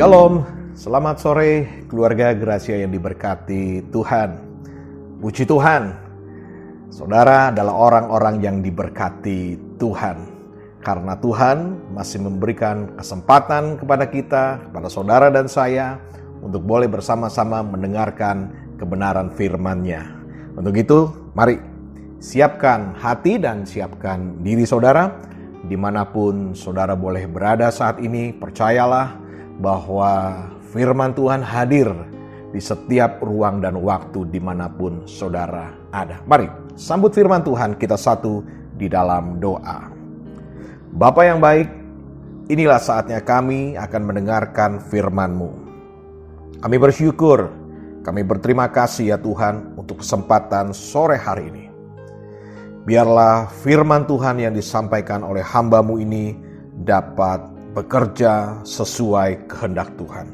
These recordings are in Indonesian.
Shalom, selamat sore keluarga Gracia yang diberkati Tuhan. Puji Tuhan, saudara adalah orang-orang yang diberkati Tuhan. Karena Tuhan masih memberikan kesempatan kepada kita, kepada saudara dan saya, untuk boleh bersama-sama mendengarkan kebenaran firman-Nya. Untuk itu, mari siapkan hati dan siapkan diri saudara. Dimanapun saudara boleh berada saat ini, percayalah bahwa firman Tuhan hadir di setiap ruang dan waktu dimanapun saudara ada. Mari sambut firman Tuhan, kita satu di dalam doa. Bapa yang baik, inilah saatnya kami akan mendengarkan firman-Mu. Kami bersyukur, kami berterima kasih ya Tuhan untuk kesempatan sore hari ini. Biarlah firman Tuhan yang disampaikan oleh hamba-Mu ini dapat bekerja sesuai kehendak Tuhan.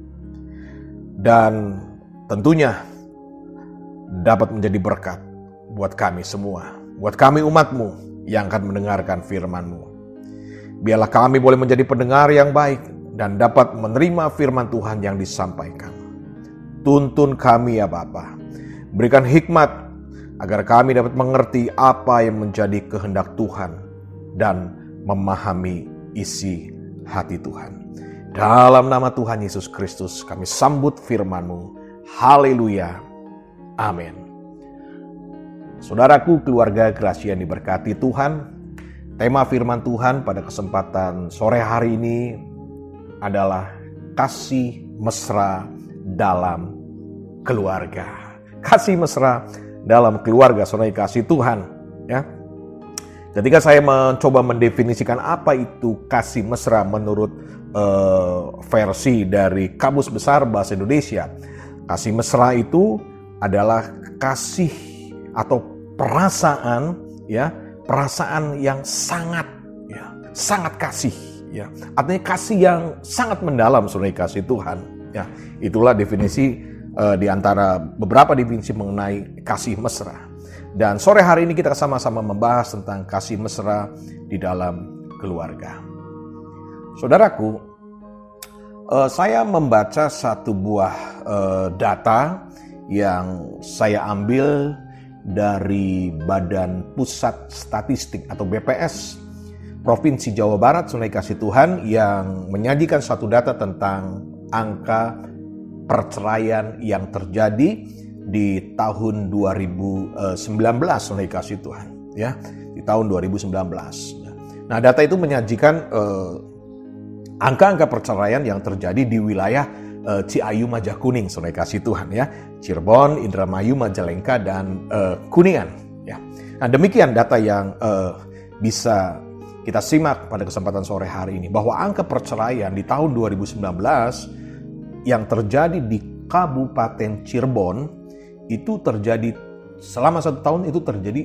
Dan tentunya dapat menjadi berkat buat kami semua, buat kami umat-Mu yang akan mendengarkan firman-Mu. Biarlah kami boleh menjadi pendengar yang baik dan dapat menerima firman Tuhan yang disampaikan. Tuntun kami ya Bapa, berikan hikmat agar kami dapat mengerti apa yang menjadi kehendak Tuhan dan memahami isi hati Tuhan. Dalam nama Tuhan Yesus Kristus kami sambut firman-Mu. Haleluya. Amin. Saudaraku, keluarga Gracia yang diberkati Tuhan, tema firman Tuhan pada kesempatan sore hari ini adalah kasih mesra dalam keluarga. Kasih mesra dalam keluarga, saudara kasih Tuhan, ya. Ketika saya mencoba mendefinisikan apa itu kasih mesra menurut versi dari Kamus Besar Bahasa Indonesia, kasih mesra itu adalah kasih atau perasaan, ya, perasaan yang sangat, ya, sangat kasih, ya. Artinya kasih yang sangat mendalam, saudara kasih Tuhan, ya. Itulah definisi di antara beberapa definisi mengenai kasih mesra. Dan sore hari ini kita sama-sama membahas tentang kasih mesra di dalam keluarga. Saudaraku, saya membaca satu buah data yang saya ambil dari Badan Pusat Statistik atau BPS Provinsi Jawa Barat, saudara kasih Tuhan, yang menyajikan satu data tentang angka perceraian yang terjadi di tahun 2019, oleh kasih Tuhan, ya, di tahun 2019. Nah, data itu menyajikan angka-angka perceraian yang terjadi di wilayah Ciayu, Majakuning, oleh kasih Tuhan, ya, Cirebon, Indramayu, Majalengka, dan Kuningan, ya. Nah, demikian data yang bisa kita simak pada kesempatan sore hari ini, bahwa angka perceraian di tahun 2019 yang terjadi di Kabupaten Cirebon itu terjadi selama 1 tahun itu terjadi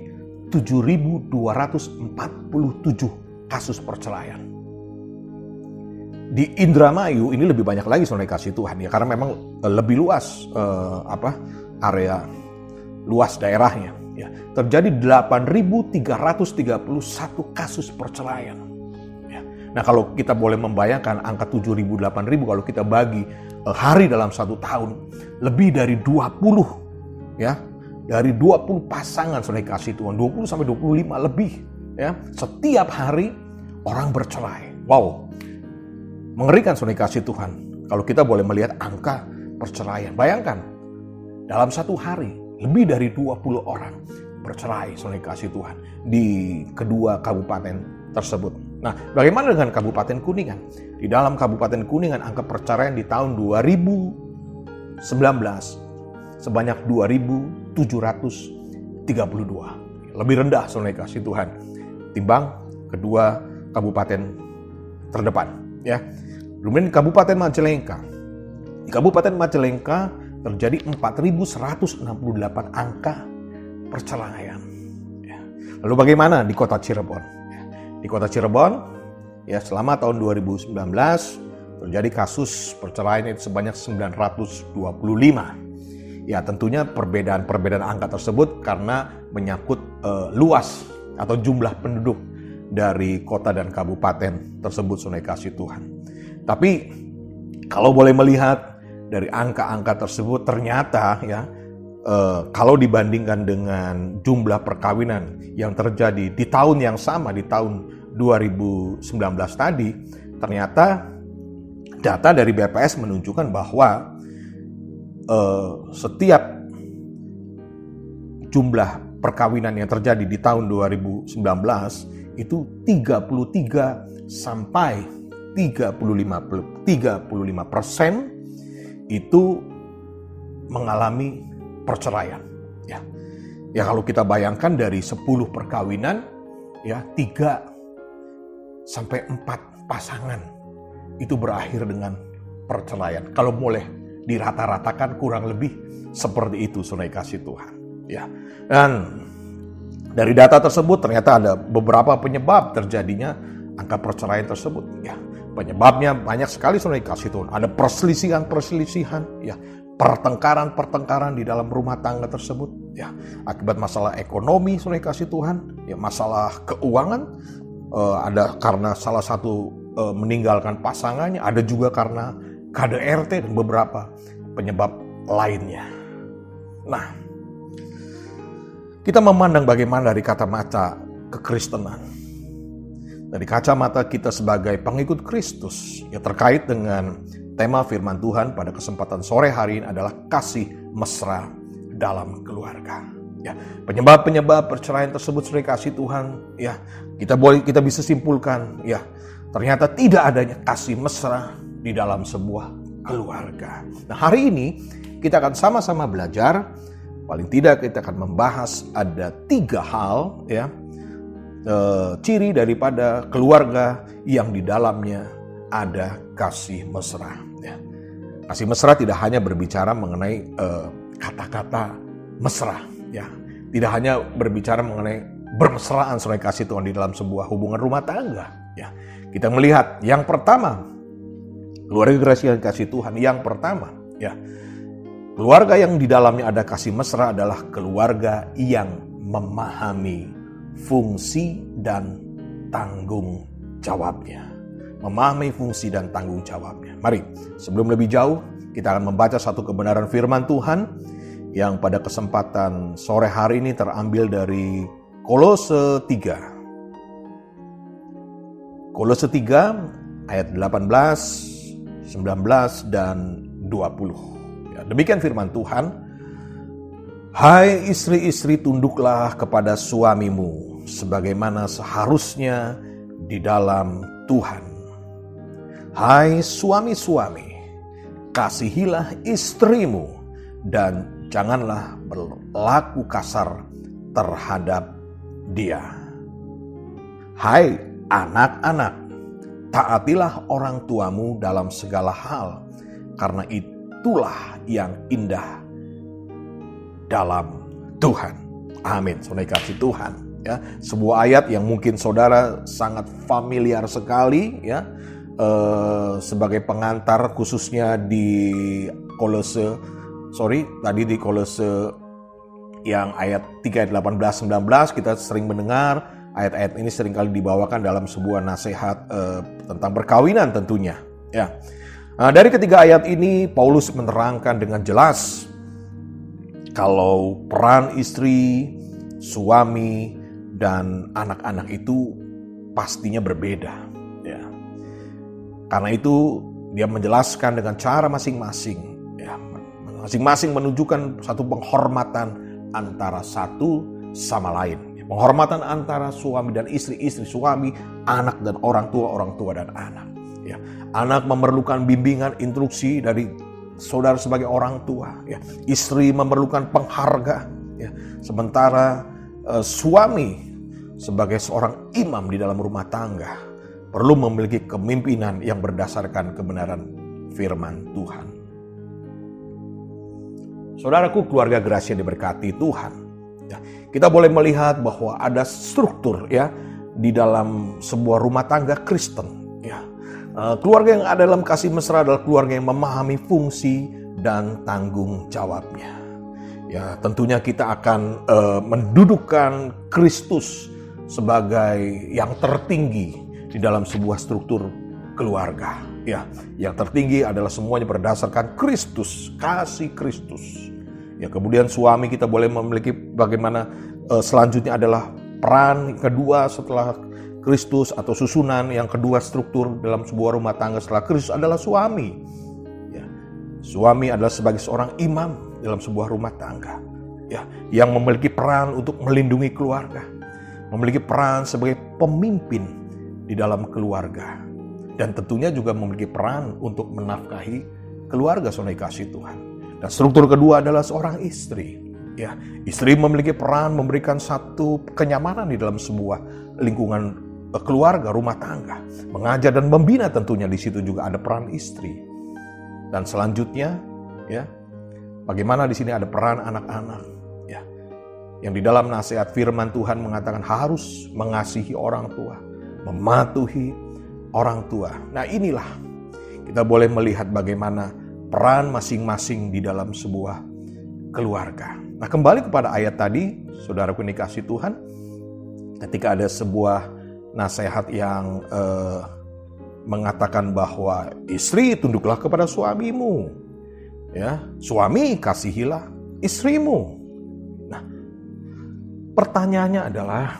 7.247 kasus perceraian. Di Indramayu ini lebih banyak lagi, saudara kasih Tuhan, ya, karena memang lebih luas area luas daerahnya, ya. Terjadi 8.331 kasus perceraian. Ya. Nah, kalau kita boleh membayangkan angka 7.000 8.000 kalau kita bagi hari dalam 1 tahun, lebih dari 20, ya, dari 20 pasangan, saudara kasih Tuhan, 20 sampai 25 lebih, ya, setiap hari orang bercerai. Wow, mengerikan, saudara kasih Tuhan, kalau kita boleh melihat angka perceraian. Bayangkan, dalam 1 hari lebih dari 20 orang bercerai, saudara kasih Tuhan, di kedua kabupaten tersebut. Nah, bagaimana dengan Kabupaten Kuningan? Di dalam Kabupaten Kuningan, angka perceraian di tahun 2019 sebanyak 2.732. Lebih rendah, saudara kasih Tuhan, timbang kedua kabupaten terdepan, ya. Kemudian Kabupaten Majalengka. Di Kabupaten Majalengka terjadi 4.168 angka perceraian. Ya. Lalu bagaimana di Kota Cirebon? Di Kota Cirebon, ya, selama tahun 2019 terjadi kasus perceraian itu sebanyak 925. Ya, tentunya perbedaan angka tersebut karena menyangkut luas atau jumlah penduduk dari kota dan kabupaten tersebut, saudara kasih Tuhan. Tapi Kalau boleh melihat dari angka-angka tersebut, ternyata ya, kalau dibandingkan dengan jumlah perkawinan yang terjadi di tahun yang sama, di tahun 2019 tadi, ternyata data dari BPS menunjukkan bahwa setiap jumlah perkawinan yang terjadi di tahun 2019 itu 33 sampai 35% itu mengalami perceraian. Ya kalau kita bayangkan dari 10 perkawinan, ya 3 sampai 4 pasangan itu berakhir dengan perceraian. Kalau boleh dirata-ratakan kurang lebih seperti itu, saudara kasih Tuhan. Ya, dan dari data tersebut ternyata ada beberapa penyebab terjadinya angka perceraian tersebut. Ya, penyebabnya banyak sekali, saudara kasih Tuhan. Ada perselisihan, ya, pertengkaran di dalam rumah tangga tersebut, ya, akibat masalah ekonomi, saudara kasih Tuhan, ya, masalah keuangan, ada karena salah satu meninggalkan pasangannya, ada juga karena KDRT dan beberapa penyebab lainnya. Nah, kita memandang bagaimana dari kacamata kekristenan, dari kacamata kita sebagai pengikut Kristus, yang terkait dengan tema firman Tuhan pada kesempatan sore hari ini adalah kasih mesra dalam keluarga. Ya, penyebab perceraian tersebut, saudara kasih Tuhan, ya, kita bisa simpulkan, ya, ternyata tidak adanya kasih mesra di dalam sebuah keluarga. Nah, hari ini kita akan sama-sama belajar. Paling tidak kita akan membahas ada 3 hal, ya, ciri daripada keluarga yang di dalamnya ada kasih mesra. Ya. Kasih mesra tidak hanya berbicara mengenai kata-kata mesra, ya, tidak hanya berbicara mengenai bermesraan, saudara kasih Tuhan, di dalam sebuah hubungan rumah tangga. Ya. Kita melihat yang pertama, keluarga Grasi yang kasih Tuhan, yang pertama, ya, keluarga yang di dalamnya ada kasih mesra adalah keluarga yang memahami fungsi dan tanggung jawabnya. Memahami fungsi dan tanggung jawabnya. Mari, sebelum lebih jauh, kita akan membaca satu kebenaran firman Tuhan yang pada kesempatan sore hari ini terambil dari Kolose 3. Kolose 3 ayat 18, 19, dan 20. Ya, demikian firman Tuhan. Hai istri-istri, tunduklah kepada suamimu sebagaimana seharusnya di dalam Tuhan. Hai suami-suami, kasihilah istrimu dan janganlah berlaku kasar terhadap dia. Hai anak-anak, taatilah orang tuamu dalam segala hal, karena itulah yang indah dalam Tuhan. Amin. Saudara kasih Tuhan, ya, sebuah ayat yang mungkin saudara sangat familiar sekali, ya, sebagai pengantar khususnya di Kolose yang ayat 3 ayat 18-19 kita sering mendengar ayat-ayat ini seringkali dibawakan dalam sebuah nasihat tentang perkawinan tentunya, ya. Nah, dari ketiga ayat ini Paulus menerangkan dengan jelas kalau peran istri, suami, dan anak-anak itu pastinya berbeda, ya. Karena itu dia menjelaskan dengan cara masing-masing, ya, masing-masing menunjukkan satu penghormatan antara satu sama lain. Penghormatan antara suami dan istri, suami, anak dan orang tua dan anak. Ya, anak memerlukan bimbingan, instruksi dari saudara sebagai orang tua. Ya, istri memerlukan penghargaan. Ya, sementara suami sebagai seorang imam di dalam rumah tangga perlu memiliki kepemimpinan yang berdasarkan kebenaran firman Tuhan. Saudaraku, keluarga Grasi yang diberkati Tuhan, ya, kita boleh melihat bahwa ada struktur, ya, di dalam sebuah rumah tangga Kristen. Ya. Keluarga yang ada dalam kasih mesra adalah keluarga yang memahami fungsi dan tanggung jawabnya. Ya, tentunya kita akan mendudukkan Kristus sebagai yang tertinggi di dalam sebuah struktur keluarga. Ya, yang tertinggi adalah semuanya berdasarkan Kristus, kasih Kristus. Ya, kemudian suami kita boleh memiliki bagaimana selanjutnya adalah peran kedua setelah Kristus atau susunan yang kedua struktur dalam sebuah rumah tangga setelah Kristus adalah suami. Ya, suami adalah sebagai seorang imam dalam sebuah rumah tangga. Ya, yang memiliki peran untuk melindungi keluarga, memiliki peran sebagai pemimpin di dalam keluarga. Dan tentunya juga memiliki peran untuk menafkahi keluarga saudara kasih Tuhan. Dan struktur kedua adalah seorang istri. Ya, istri memiliki peran memberikan satu kenyamanan di dalam sebuah lingkungan keluarga, rumah tangga. Mengajar dan membina tentunya di situ juga ada peran istri. Dan selanjutnya, ya, bagaimana di sini ada peran anak-anak. Ya, yang di dalam nasihat firman Tuhan mengatakan harus mengasihi orang tua, mematuhi orang tua. Nah, inilah kita boleh melihat bagaimana peran masing-masing di dalam sebuah keluarga. Nah, kembali kepada ayat tadi, saudaraku yang dikasihi Tuhan, ketika ada sebuah nasihat yang mengatakan bahwa istri tunduklah kepada suamimu, ya, suami kasihilah istrimu. Nah, pertanyaannya adalah,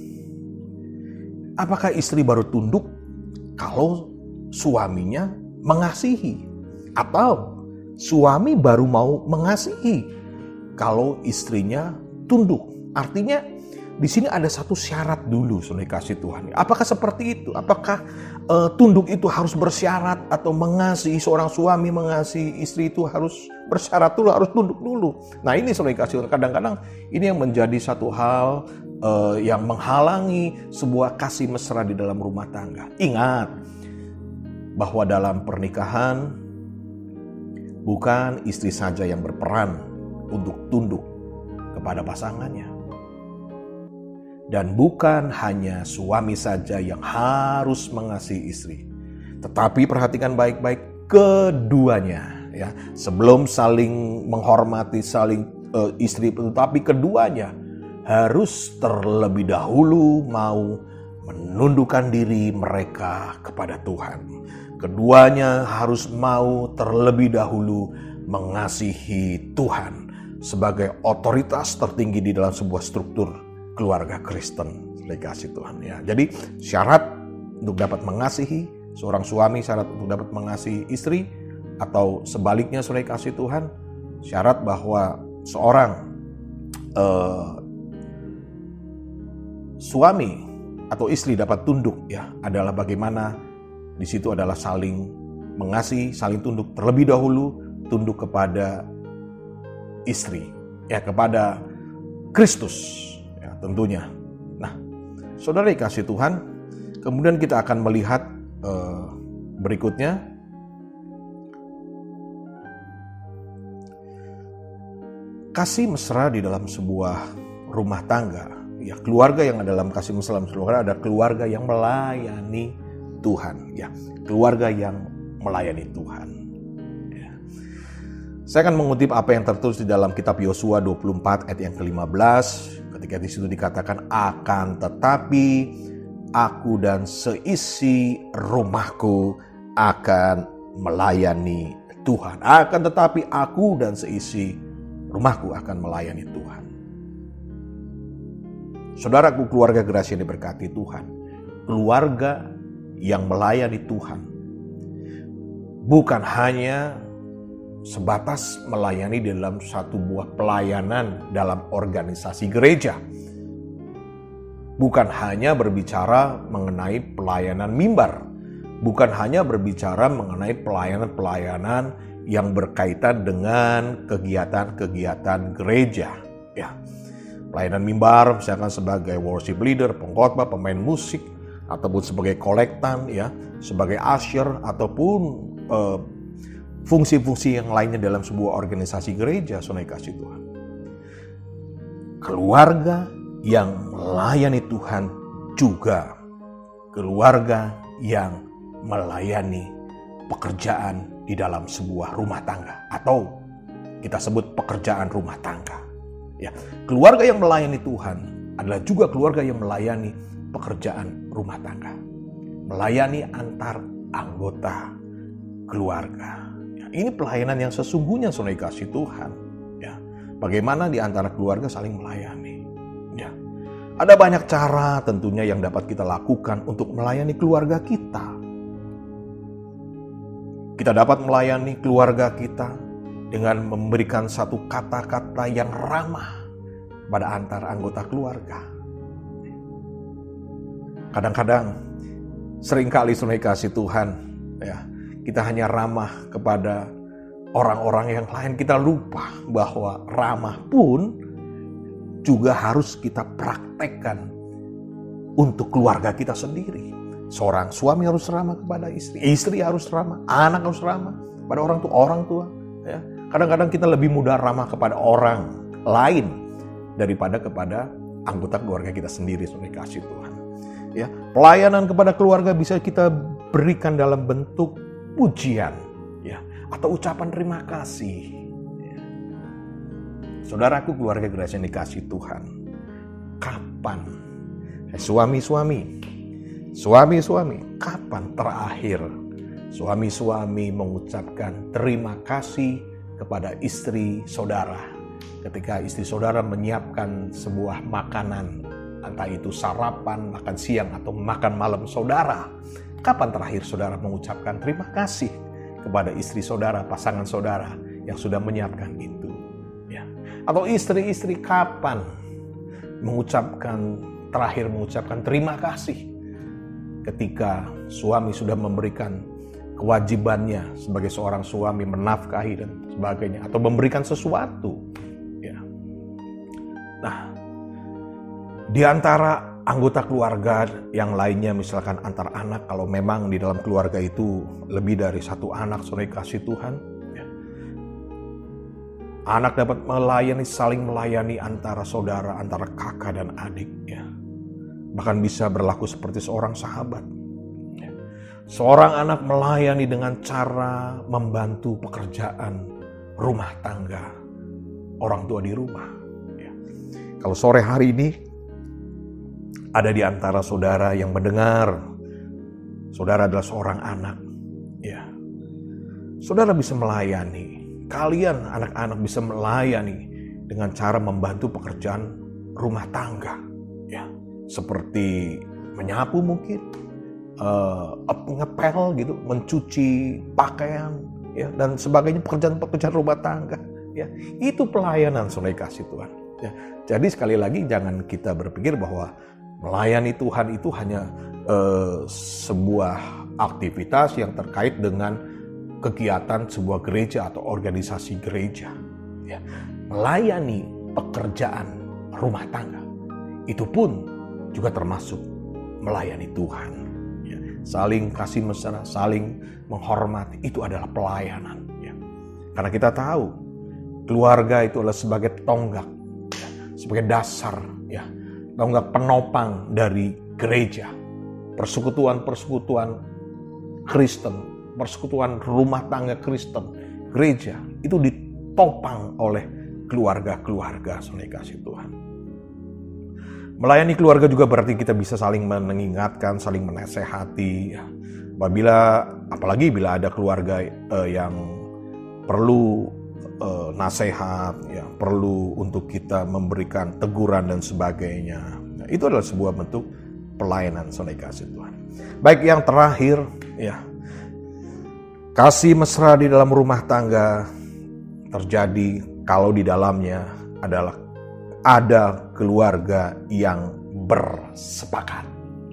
apakah istri baru tunduk kalau suaminya mengasihi? Atau suami baru mau mengasihi kalau istrinya tunduk? Artinya di sini ada satu syarat dulu, saudara kasih Tuhan. Apakah seperti itu? Apakah tunduk itu harus bersyarat, atau mengasihi seorang suami mengasihi istri itu harus bersyarat dulu, harus tunduk dulu? Nah, ini saudara kasih Tuhan, kadang-kadang ini yang menjadi satu hal yang menghalangi sebuah kasih mesra di dalam rumah tangga. Ingat bahwa dalam pernikahan bukan istri saja yang berperan untuk tunduk kepada pasangannya. Dan bukan hanya suami saja yang harus mengasihi istri. Tetapi perhatikan baik-baik keduanya, ya. Sebelum saling menghormati saling istri, tetapi keduanya harus terlebih dahulu mau menundukkan diri mereka kepada Tuhan. Keduanya harus mau terlebih dahulu mengasihi Tuhan sebagai otoritas tertinggi di dalam sebuah struktur keluarga Kristen. Dikasih Tuhan, ya. Jadi syarat untuk dapat mengasihi seorang suami, syarat untuk dapat mengasihi istri, atau sebaliknya saudara kasih Tuhan, syarat bahwa seorang suami atau istri dapat tunduk, ya, adalah bagaimana di situ adalah saling mengasihi, saling tunduk terlebih dahulu, tunduk kepada istri, ya, kepada Kristus, ya, tentunya. Nah, saudara kasih Tuhan, kemudian kita akan melihat berikutnya, kasih mesra di dalam sebuah rumah tangga. Ya, keluarga yang ada dalam kasih mesra dalam keluarga ada keluarga yang melayani Tuhan, ya, keluarga yang melayani Tuhan. Ya. Saya akan mengutip apa yang tertulis di dalam kitab Yosua 24 ayat yang ke-15, ketika di situ dikatakan, akan tetapi aku dan seisi rumahku akan melayani Tuhan. Akan tetapi aku dan seisi rumahku akan melayani Tuhan. Saudaraku, keluarga Gerasi yang diberkati Tuhan, keluarga yang melayani Tuhan bukan hanya sebatas melayani dalam satu buah pelayanan dalam organisasi gereja, bukan hanya berbicara mengenai pelayanan mimbar, bukan hanya berbicara mengenai pelayanan-pelayanan yang berkaitan dengan kegiatan-kegiatan gereja, ya. Pelayanan mimbar misalkan sebagai worship leader, pengkhotbah, pemain musik, ataupun sebagai kolektan, ya, sebagai usher, ataupun fungsi-fungsi yang lainnya dalam sebuah organisasi gereja, saudara kasih Tuhan. Keluarga yang melayani Tuhan juga keluarga yang melayani pekerjaan di dalam sebuah rumah tangga, atau kita sebut pekerjaan rumah tangga. Ya, keluarga yang melayani Tuhan adalah juga keluarga yang melayani pekerjaan rumah tangga. Melayani antar anggota, keluarga. Ya, ini pelayanan yang sesungguhnya, saudara kasih Tuhan. Ya, bagaimana di antara keluarga saling melayani. Ya, ada banyak cara tentunya yang dapat kita lakukan untuk melayani keluarga kita. Kita dapat melayani keluarga kita dengan memberikan satu kata-kata yang ramah pada antar anggota keluarga. Kadang-kadang, seringkali saudara kasih Tuhan, ya, kita hanya ramah kepada orang-orang yang lain. Kita lupa bahwa ramah pun juga harus kita praktekkan untuk keluarga kita sendiri. Seorang suami harus ramah kepada istri, istri harus ramah, anak harus ramah pada orang tua. Ya. Kadang-kadang kita lebih mudah ramah kepada orang lain daripada kepada anggota keluarga kita sendiri, saudara kasih Tuhan. Ya, pelayanan kepada keluarga bisa kita berikan dalam bentuk pujian, ya, atau ucapan terima kasih. Ya. Saudaraku, keluarga Grace yang dikasih Tuhan, kapan suami-suami, kapan terakhir suami-suami mengucapkan terima kasih kepada istri saudara ketika istri saudara menyiapkan sebuah makanan, entah itu sarapan, makan siang, atau makan malam saudara? Kapan terakhir saudara mengucapkan terima kasih kepada istri saudara, pasangan saudara yang sudah menyiapkan itu? Ya. Atau istri-istri kapan terakhir mengucapkan terima kasih ketika suami sudah memberikan kewajibannya sebagai seorang suami, menafkahi dan sebagainya, atau memberikan sesuatu? Ya. Nah, di antara anggota keluarga yang lainnya, misalkan antar anak, kalau memang di dalam keluarga itu lebih dari satu anak, saudara kasih Tuhan, ya, anak dapat saling melayani antara saudara, antara kakak dan adik, ya. Bahkan bisa berlaku seperti seorang sahabat. Ya. Seorang anak melayani dengan cara membantu pekerjaan rumah tangga orang tua di rumah. Ya. Kalau sore hari ini ada di antara saudara yang mendengar, saudara adalah seorang anak, ya, saudara bisa melayani. Kalian anak-anak bisa melayani dengan cara membantu pekerjaan rumah tangga, ya, seperti menyapu mungkin, ngepel gitu, mencuci pakaian, ya, dan sebagainya, pekerjaan rumah tangga, ya. Itu pelayanan, saudara kasih Tuhan. Ya. Jadi sekali lagi jangan kita berpikir bahwa melayani Tuhan itu hanya sebuah aktivitas yang terkait dengan kegiatan sebuah gereja atau organisasi gereja. Ya. Melayani pekerjaan rumah tangga itu pun juga termasuk melayani Tuhan. Ya. Saling kasih mesra, saling menghormati, itu adalah pelayanan. Ya. Karena kita tahu keluarga itu adalah sebagai tonggak, ya, sebagai dasar, ya, tonggak penopang dari gereja, persekutuan-persekutuan Kristen, persekutuan rumah tangga Kristen, gereja itu ditopang oleh keluarga-keluarga, saudara kasih Tuhan. Melayani keluarga juga berarti kita bisa saling mengingatkan, saling menasehati. Apalagi bila ada keluarga yang perlu nasihat, ya, perlu untuk kita memberikan teguran dan sebagainya. Nah, itu adalah sebuah bentuk pelayanan, saudara kasih Tuhan. Baik, yang terakhir, ya, kasih mesra di dalam rumah tangga terjadi kalau di dalamnya ada keluarga yang bersepakat.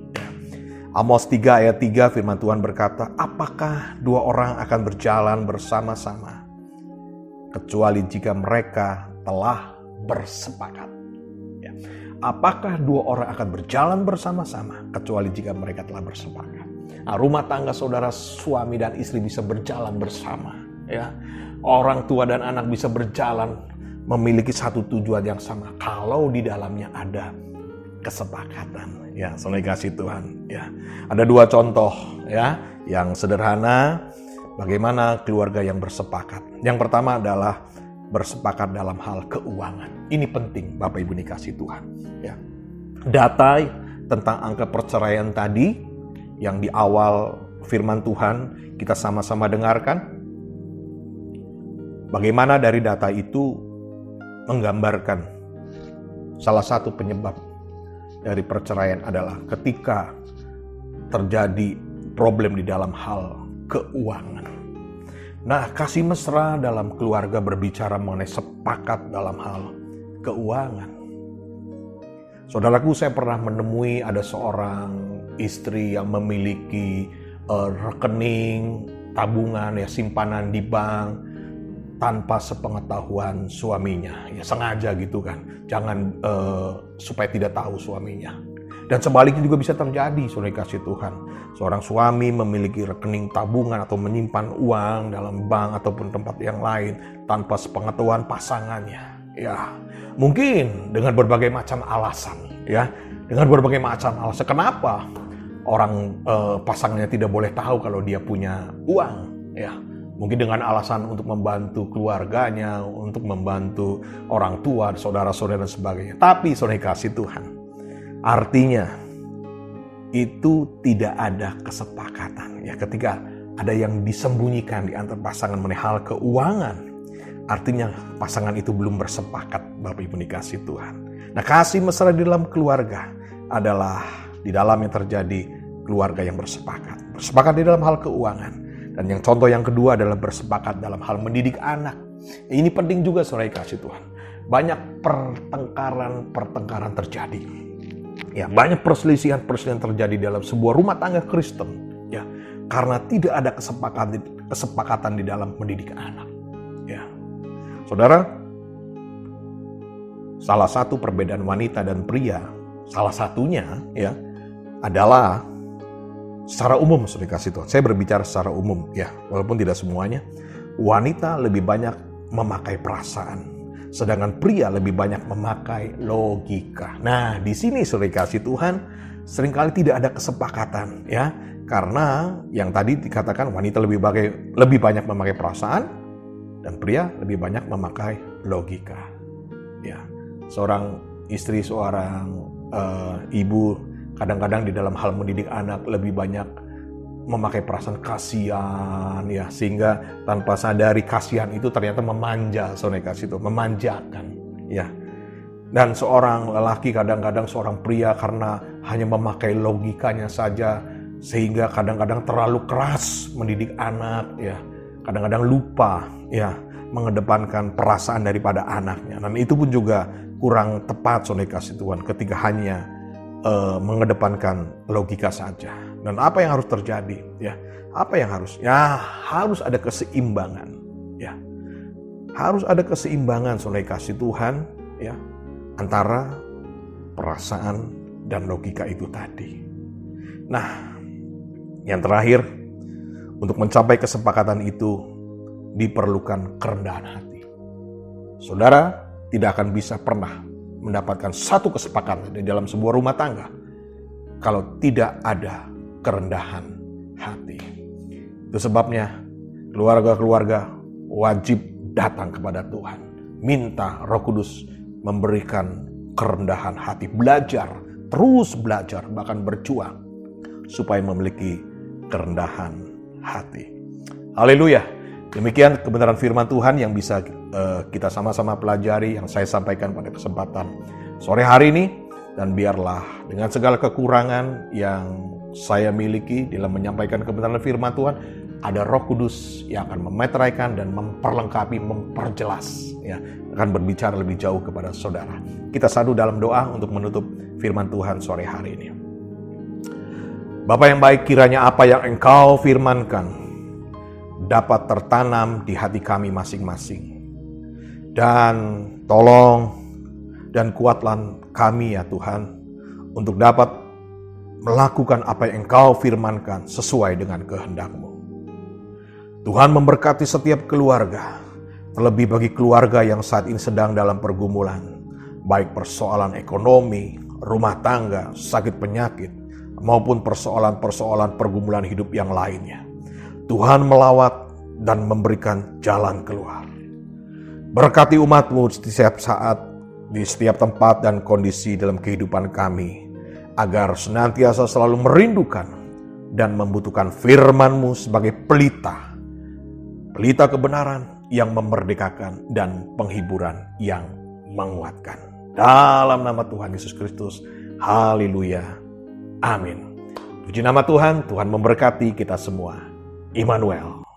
Amos 3 ayat 3 firman Tuhan berkata, apakah dua orang akan berjalan bersama-sama kecuali jika mereka telah bersepakat? Ya. Apakah dua orang akan berjalan bersama-sama kecuali jika mereka telah bersepakat? Nah, rumah tangga saudara, suami dan istri bisa berjalan bersama. Ya. Orang tua dan anak bisa berjalan memiliki satu tujuan yang sama kalau di dalamnya ada kesepakatan. Ya, saudara kasih Tuhan. Ya, ada dua contoh, ya, yang sederhana bagaimana keluarga yang bersepakat. Yang pertama adalah bersepakat dalam hal keuangan. Ini penting, Bapak Ibu dikasih Tuhan. Ya, data tentang angka perceraian tadi yang di awal firman Tuhan, kita sama-sama dengarkan bagaimana dari data itu menggambarkan salah satu penyebab dari perceraian adalah ketika terjadi problem di dalam hal keuangan. Nah, kasih mesra dalam keluarga berbicara mengenai sepakat dalam hal keuangan. Saudaraku, saya pernah menemui ada seorang istri yang memiliki rekening tabungan, simpanan di bank tanpa sepengetahuan suaminya. Ya sengaja gitu kan, jangan supaya tidak tahu suaminya. Dan sebaliknya juga bisa terjadi, saudara kasih Tuhan. Seorang suami memiliki rekening tabungan atau menyimpan uang dalam bank ataupun tempat yang lain tanpa sepengetahuan pasangannya. Ya, mungkin dengan berbagai macam alasan, ya, dengan berbagai macam alasan kenapa orang pasangannya tidak boleh tahu kalau dia punya uang, ya. Mungkin dengan alasan untuk membantu keluarganya, untuk membantu orang tua, saudara-saudara dan sebagainya. Tapi saudara kasih Tuhan, artinya itu tidak ada kesepakatan, ya. Ketika ada yang disembunyikan di antara pasangan mengenai hal keuangan, artinya pasangan itu belum bersepakat, Bapak Ibu dikasih Tuhan. Nah, kasih mesra di dalam keluarga adalah di dalam yang terjadi keluarga yang bersepakat. Bersepakat di dalam hal keuangan. Dan yang contoh yang kedua adalah bersepakat dalam hal mendidik anak. Ini penting juga saudara kasih Tuhan. Banyak pertengkaran terjadi. Ya, banyak perselisihan terjadi dalam sebuah rumah tangga Kristen. Ya, karena tidak ada kesepakatan di dalam mendidik anak. Ya. Saudara, salah satu perbedaan wanita dan pria, salah satunya ya adalah secara umum, saudara kasih Tuhan. Saya berbicara secara umum ya, walaupun tidak semuanya. Wanita lebih banyak memakai perasaan, sedangkan pria lebih banyak memakai logika. Nah, di sini saudara kasih Tuhan, seringkali tidak ada kesepakatan ya, karena yang tadi dikatakan wanita lebih banyak memakai perasaan dan pria lebih banyak memakai logika. Ya, seorang istri, seorang ibu kadang-kadang di dalam hal mendidik anak lebih banyak memakai perasaan kasihan ya, sehingga tanpa sadari kasihan itu ternyata memanja, saudara kasih itu memanjakan ya. Dan seorang lelaki kadang-kadang seorang pria karena hanya memakai logikanya saja sehingga kadang-kadang terlalu keras mendidik anak ya. Kadang-kadang lupa ya mengedepankan perasaan daripada anaknya. Dan itu pun juga kurang tepat, saudara kasih Tuhan, ketika hanya mengedepankan logika saja. Dan apa yang harus terjadi? Ya, apa yang harus? Ya, harus ada keseimbangan. Ya, harus ada keseimbangan, saudara kasih Tuhan, ya, antara perasaan dan logika itu tadi. Nah, yang terakhir, untuk mencapai kesepakatan itu diperlukan kerendahan hati. Saudara tidak akan bisa pernah mendapatkan satu kesepakatan di dalam sebuah rumah tangga kalau tidak ada kerendahan hati. Itu sebabnya keluarga-keluarga wajib datang kepada Tuhan, minta Roh Kudus memberikan kerendahan hati, terus belajar, bahkan berjuang supaya memiliki kerendahan hati. Haleluya. Demikian kebenaran firman Tuhan yang bisa kita sama-sama pelajari, yang saya sampaikan pada kesempatan sore hari ini. Dan biarlah dengan segala kekurangan yang saya miliki dalam menyampaikan kebenaran firman Tuhan, ada Roh Kudus yang akan memeteraikan dan memperlengkapi, memperjelas, ya, akan berbicara lebih jauh kepada saudara. Kita sadu dalam doa untuk menutup firman Tuhan sore hari ini. Bapa yang baik, kiranya apa yang Engkau firmankan dapat tertanam di hati kami masing-masing. Dan tolong dan kuatlah kami ya Tuhan, untuk dapat melakukan apa yang Engkau firmankan sesuai dengan kehendak-Mu. Tuhan memberkati setiap keluarga, terlebih bagi keluarga yang saat ini sedang dalam pergumulan, baik persoalan ekonomi, rumah tangga, sakit penyakit, maupun persoalan-persoalan pergumulan hidup yang lainnya. Tuhan melawat dan memberikan jalan keluar. Berkati umat-Mu di setiap saat, di setiap tempat dan kondisi dalam kehidupan kami, agar senantiasa selalu merindukan dan membutuhkan firman-Mu sebagai pelita kebenaran yang memerdekakan dan penghiburan yang menguatkan. Dalam nama Tuhan Yesus Kristus, haleluya, amin. Puji nama Tuhan, Tuhan memberkati kita semua. Immanuel.